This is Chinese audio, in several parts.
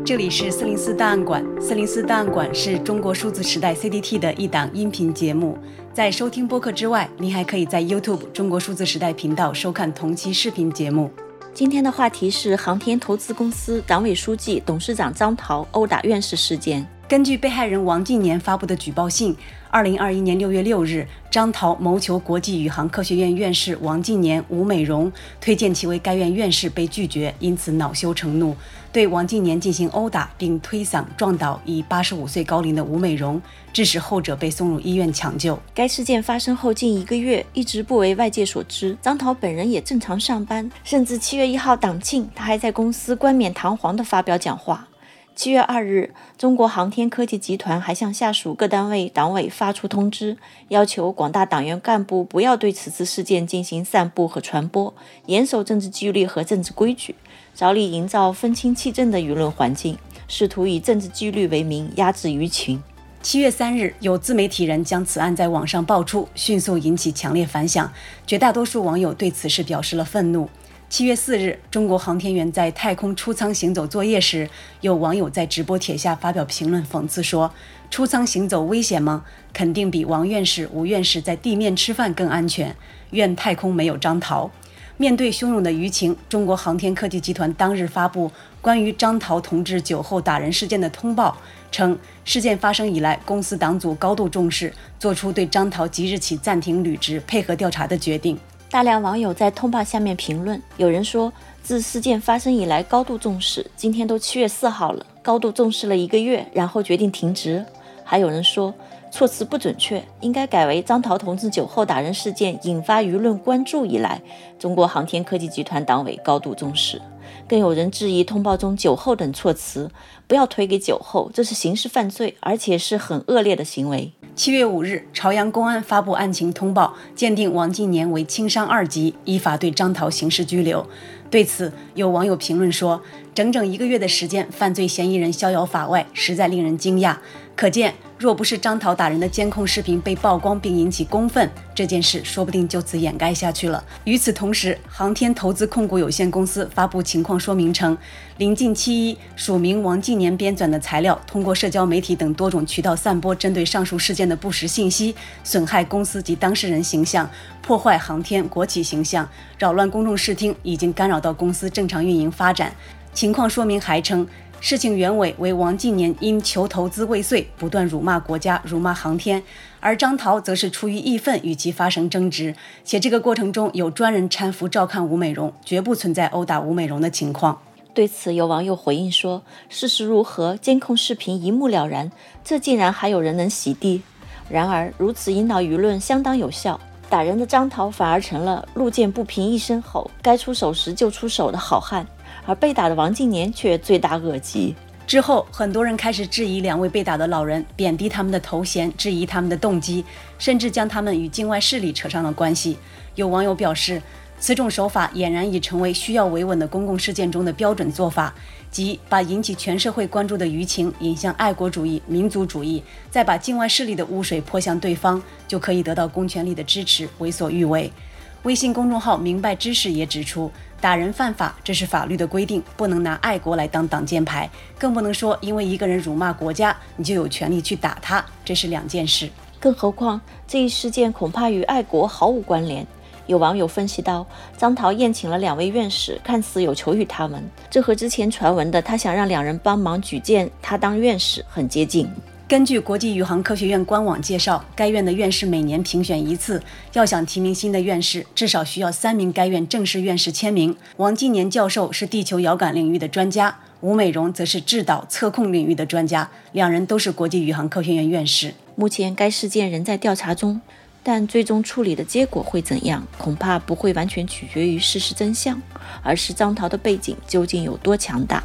这里是404档案馆，404档案馆是中国数字时代 CDT 的一档音频节目。在收听播客之外，您还可以在 YouTube 中国数字时代频道收看同期视频节目。 今天的话题是航天投资公司党委书记、董事长张涛殴打院士事件。 根据被害人王进年发布的举报信，2021年6月6日，张涛谋求国际宇航科学院院士王进年、吴美荣推荐其为该院院士被拒绝，因此恼羞成怒，对王进年进行殴打，并推搡撞倒已85岁高龄的吴美荣，致使后者被送入医院抢救。 该事件发生后近1个月，一直不为外界所知。张涛本人也正常上班，甚至7月1号党庆，他还在公司冠冕堂皇地发表讲话。7月2日，中国航天科技集团还向下属各单位党委发出通知，要求广大党员干部不要对此次事件进行散布和传播，严守政治纪律和政治规矩，着力营造分清气正的舆论环境，试图以政治纪律为名压制舆情。 7月3日，有自媒体人将此案在网上爆出，迅速引起强烈反响，绝大多数网友对此事表示了愤怒。7月4日，中国航天员在太空出舱行走作业时，有网友在直播帖下发表评论，讽刺说：“出舱行走危险吗？肯定比王院士、吴院士在地面吃饭更安全。愿太空没有张涛。”面对汹涌的舆情，中国航天科技集团当日发布关于张涛同志酒后打人事件的通报，称事件发生以来，公司党组高度重视，做出对张涛即日起暂停履职、配合调查的决定。 大量网友在通报下面评论，有人说自事件发生以来高度重视，今天都7月4号了，高度重视了1个月，然后决定停职。还有人说措辞不准确，应该改为张涛同志酒后打人事件引发舆论关注以来，中国航天科技集团党委高度重视。更有人质疑通报中酒后等措辞，不要推给酒后，这是刑事犯罪，而且是很恶劣的行为。 7月5日，朝阳公安发布案情通报，鉴定王进年为轻伤2级，依法对张涛刑事拘留。对此，有网友评论说，整整1个月的时间，犯罪嫌疑人逍遥法外，实在令人惊讶。可见，若不是张涛打人的监控视频被曝光并引起公愤，这件事说不定就此掩盖下去了。与此同时，航天投资控股有限公司发布情况说明称，临近7·1，署名王进年编纂的材料通过社交媒体等多种渠道散播针对上述事件的不实信息，损害公司及当事人形象，破坏航天国企形象，扰乱公众视听，已经干扰到公司正常运营发展。情况说明还称，事情原委为王进年因求投资未遂，不断辱骂国家、辱骂航天，而张涛则是出于义愤与其发生争执，且这个过程中有专人搀扶照看吴美荣，绝不存在殴打吴美荣的情况。 对此，有网友回应说，事实如何，监控视频一目了然，这竟然还有人能洗地？然而，如此引导舆论相当有效，打人的张涛反而成了路见不平一声吼，该出手时就出手的好汉，而被打的王进年却罪大恶极。 之后，很多人开始质疑2位被打的老人，贬低他们的头衔，质疑他们的动机，甚至将他们与境外势力扯上了关系。有网友表示，此种手法俨然已成为需要维稳的公共事件中的标准做法，即把引起全社会关注的舆情引向爱国主义、民族主义，再把境外势力的污水泼向对方，就可以得到公权力的支持，为所欲为。微信公众号明白知识也指出，打人犯法，这是法律的规定，不能拿爱国来当挡箭牌，更不能说因为一个人辱骂国家，你就有权利去打他，这是2件事。 更何况这一事件恐怕与爱国毫无关联。有网友分析到，张涛宴请了2位院士，看似有求于他们，这和之前传闻的他想让2人帮忙举荐他当院士很接近。 根据国际宇航科学院官网介绍，该院的院士每年评选1次，要想提名新的院士，至少需要3名该院正式院士签名。王进年教授是地球遥感领域的专家，吴美荣则是制导测控领域的专家，2人都是国际宇航科学院院士。 目前该事件仍在调查中，但最终处理的结果会怎样，恐怕不会完全取决于事实真相，而是张涛的背景究竟有多强大。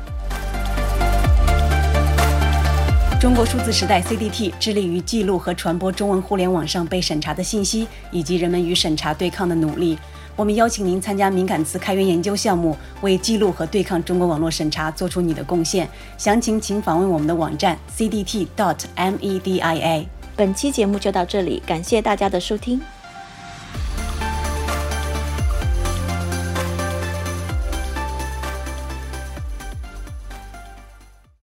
中国数字时代 CDT 致力于记录和传播中文互联网上被审查的信息，以及人们与审查对抗的努力。我们邀请您参加敏感词开源研究项目，为记录和对抗中国网络审查做出你的贡献。详情请访问我们的网站 cdt.media。 本期节目就到这里，感谢大家的收听。